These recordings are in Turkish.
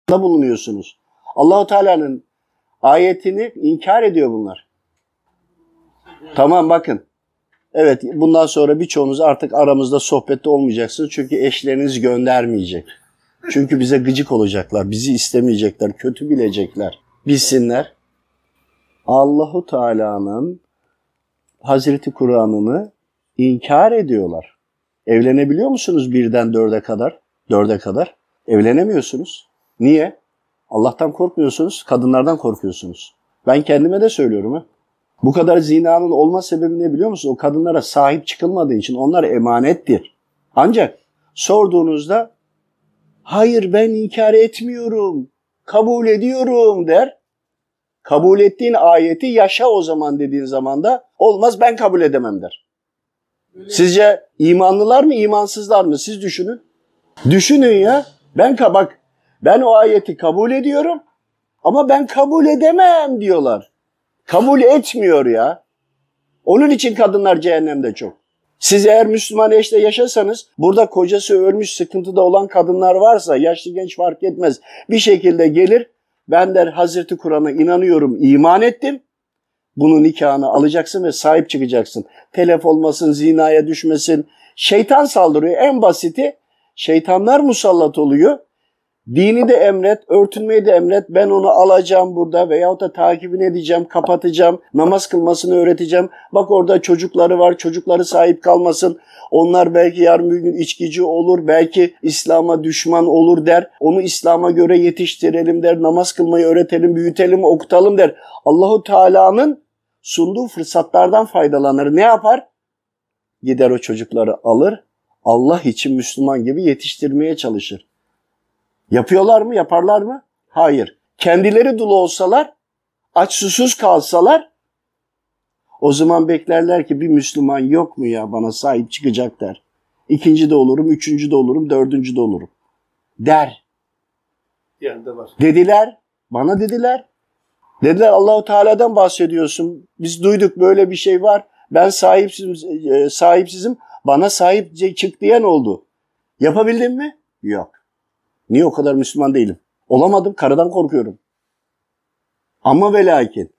bulunuyorsunuz. Allahu Teala'nın ayetini inkar ediyor bunlar. Tamam bakın. Evet, bundan sonra birçoğunuz artık aramızda sohbette olmayacaksınız. Çünkü eşleriniz göndermeyecek. Çünkü bize gıcık olacaklar. Bizi istemeyecekler. Kötü bilecekler. Bilsinler. Allahu Teala'nın Hazreti Kur'an'ını inkar ediyorlar. Evlenebiliyor musunuz 1'den 4'e kadar? 4'e kadar. Evlenemiyorsunuz. Niye? Allah'tan korkmuyorsunuz, kadınlardan korkuyorsunuz. Ben kendime de söylüyorum. Ha. Bu kadar zinanın olma sebebi ne biliyor musunuz? O kadınlara sahip çıkılmadığı için onlar emanettir. Ancak sorduğunuzda hayır ben inkar etmiyorum, kabul ediyorum der. Kabul ettiğin ayeti yaşa o zaman dediğin zaman da olmaz ben kabul edemem der. Sizce imanlılar mı imansızlar mı? Siz düşünün. Düşünün ya. Ben o ayeti kabul ediyorum ama ben kabul edemem diyorlar. Kabul etmiyor ya. Onun için kadınlar cehennemde çok. Siz eğer Müslüman eşle yaşasanız, burada kocası ölmüş sıkıntıda olan kadınlar varsa, yaşlı genç fark etmez, bir şekilde gelir, ben der Hazreti Kur'an'a inanıyorum, iman ettim. Bunun nikahını alacaksın ve sahip çıkacaksın. Telef olmasın, zinaya düşmesin. Şeytan saldırıyor. En basiti şeytanlar musallat oluyor. Dini de emret, örtünmeyi de emret. Ben onu alacağım burada veyahut da takibini edeceğim, kapatacağım. Namaz kılmasını öğreteceğim. Bak orada çocukları var, çocukları sahip kalmasın. Onlar belki yarın bir gün içkici olur, belki İslam'a düşman olur der. Onu İslam'a göre yetiştirelim der. Namaz kılmayı öğretelim, büyütelim, okutalım der. Allahu Teala'nın sunduğu fırsatlardan faydalanır. Ne yapar? Gider o çocukları alır, Allah için Müslüman gibi yetiştirmeye çalışır. Yapıyorlar mı? Yaparlar mı? Hayır. Kendileri dul olsalar, aç susuz kalsalar, o zaman beklerler ki bir Müslüman yok mu ya bana sahip çıkacak der. İkinci de olurum, üçüncü de olurum, dördüncü de olurum der. Yanında var. Dediler, bana dediler. Dediler Allahu Teala'dan bahsediyorsun. Biz duyduk böyle bir şey var. Ben sahipsizim. Bana sahip çık diyen oldu. Yapabildin mi? Yok. Niye o kadar Müslüman değilim? Olamadım, karıdan korkuyorum. Ama ve lakin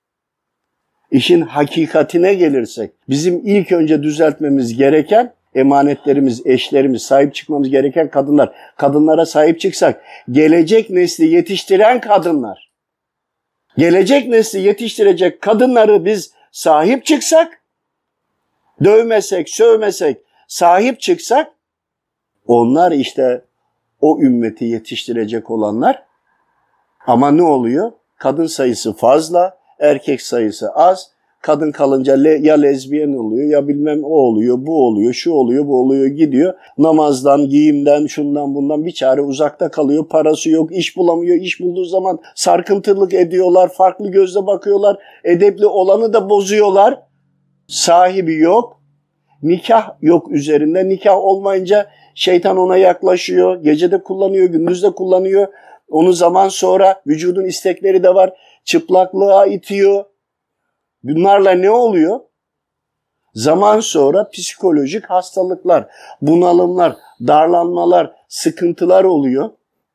işin hakikatine gelirsek bizim ilk önce düzeltmemiz gereken emanetlerimiz, eşlerimiz, sahip çıkmamız gereken kadınlar. Kadınlara sahip çıksak gelecek nesli yetiştiren kadınlar. Gelecek nesli yetiştirecek kadınları biz sahip çıksak, dövmesek, sövmesek, sahip çıksak onlar işte o ümmeti yetiştirecek olanlar. Ama ne oluyor? Kadın sayısı fazla, erkek sayısı az. Kadın kalınca ya lezbiyen oluyor, ya bilmem o oluyor, bu oluyor, şu oluyor, bu oluyor, gidiyor. Namazdan, giyimden, şundan bundan bir çare uzakta kalıyor. Parası yok, iş bulamıyor. İş bulduğu zaman sarkıntılık ediyorlar, farklı gözle bakıyorlar. Edepli olanı da bozuyorlar. Sahibi yok. Nikah yok üzerinde. Nikah olmayınca şeytan ona yaklaşıyor. Gece de kullanıyor, gündüz de kullanıyor. Onu zaman sonra vücudun istekleri de var. Çıplaklığa itiyor. Bunlarla ne oluyor? Zaman sonra psikolojik hastalıklar, bunalımlar, darlanmalar, sıkıntılar oluyor.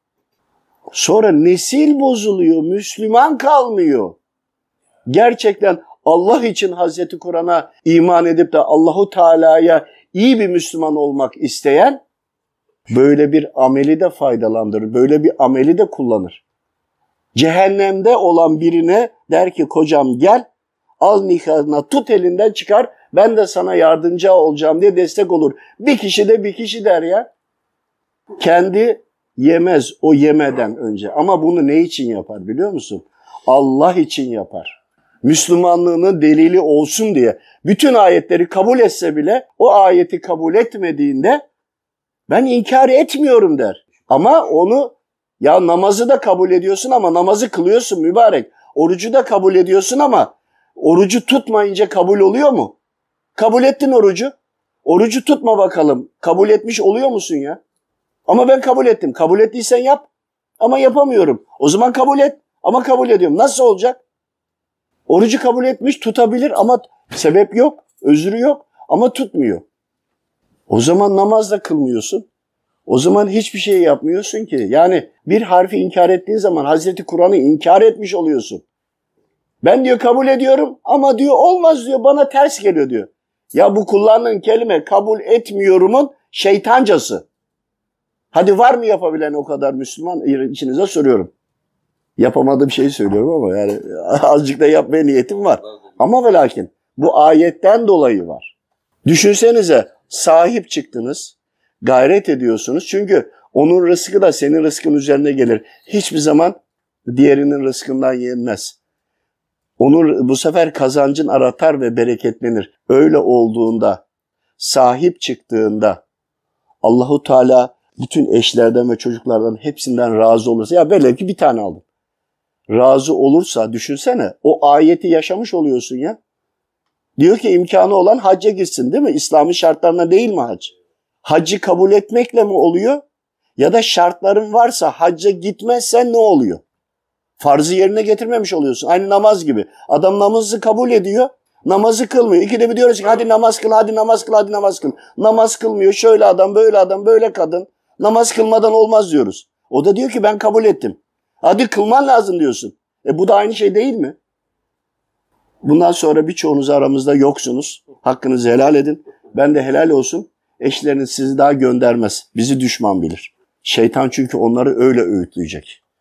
Sonra nesil bozuluyor, Müslüman kalmıyor. Gerçekten Allah için Hazreti Kur'an'a iman edip de Allahu Teala'ya iyi bir Müslüman olmak isteyen böyle bir ameli de faydalandırır, böyle bir ameli de kullanır. Cehennemde olan birine der ki kocam gel, al nikahına tut elinden çıkar, ben de sana yardımcı olacağım diye destek olur. Bir kişi de bir kişi der ya. Kendi yemez o yemeden önce ama bunu ne için yapar biliyor musun? Allah için yapar. Müslümanlığının delili olsun diye. Bütün ayetleri kabul etse bile o ayeti kabul etmediğinde ben inkar etmiyorum der. Ama onu ya namazı da kabul ediyorsun ama namazı kılıyorsun mübarek. Orucu da kabul ediyorsun ama orucu tutmayınca kabul oluyor mu? Kabul ettin orucu. Orucu tutma bakalım. Kabul etmiş oluyor musun ya? Ama ben kabul ettim. Kabul ettiysen yap. Ama yapamıyorum. O zaman kabul et. Ama kabul ediyorum. Nasıl olacak? Orucu kabul etmiş, tutabilir ama sebep yok, özrü yok ama tutmuyor. O zaman namaz da kılmıyorsun. O zaman hiçbir şey yapmıyorsun ki. Yani bir harfi inkar ettiğin zaman Hazreti Kur'an'ı inkar etmiş oluyorsun. Ben diyor kabul ediyorum ama diyor olmaz diyor, bana ters geliyor diyor. Ya bu kullandığın kelime kabul etmiyorumun şeytancası. Hadi var mı yapabilen o kadar Müslüman? İçinize soruyorum. Yapamadığım şeyi söylüyorum ama yani azıcık da yapmaya niyetim var. Ama ve lakin bu ayetten dolayı var. Düşünsenize, sahip çıktınız, gayret ediyorsunuz. Çünkü onun rızkı da senin rızkın üzerine gelir. Hiçbir zaman diğerinin rızkından yenmez. Onu bu sefer kazancın artar ve bereketlenir. Öyle olduğunda, sahip çıktığında Allahu Teala bütün eşlerden ve çocuklardan hepsinden razı olursa, ya velev ki bir tane aldım. Razı olursa düşünsene, o ayeti yaşamış oluyorsun ya. Diyor ki imkanı olan hacca gitsin, değil mi? İslam'ın şartlarına değil mi hac? Haccı kabul etmekle mi oluyor? Ya da şartların varsa hacca gitmezsen ne oluyor? Farzı yerine getirmemiş oluyorsun. Aynı namaz gibi. Adam namazı kabul ediyor, namazı kılmıyor. İkide bir diyoruz ki hadi namaz kıl, hadi namaz kıl, hadi namaz kıl. Namaz kılmıyor. Şöyle adam, böyle kadın. Namaz kılmadan olmaz diyoruz. O da diyor ki ben kabul ettim. Hadi kılman lazım diyorsun. Bu da aynı şey değil mi? Bundan sonra birçoğunuz aramızda yoksunuz. Hakkınızı helal edin. Ben de helal olsun. Eşleriniz sizi daha göndermez. Bizi düşman bilir. Şeytan çünkü onları öyle öğütleyecek.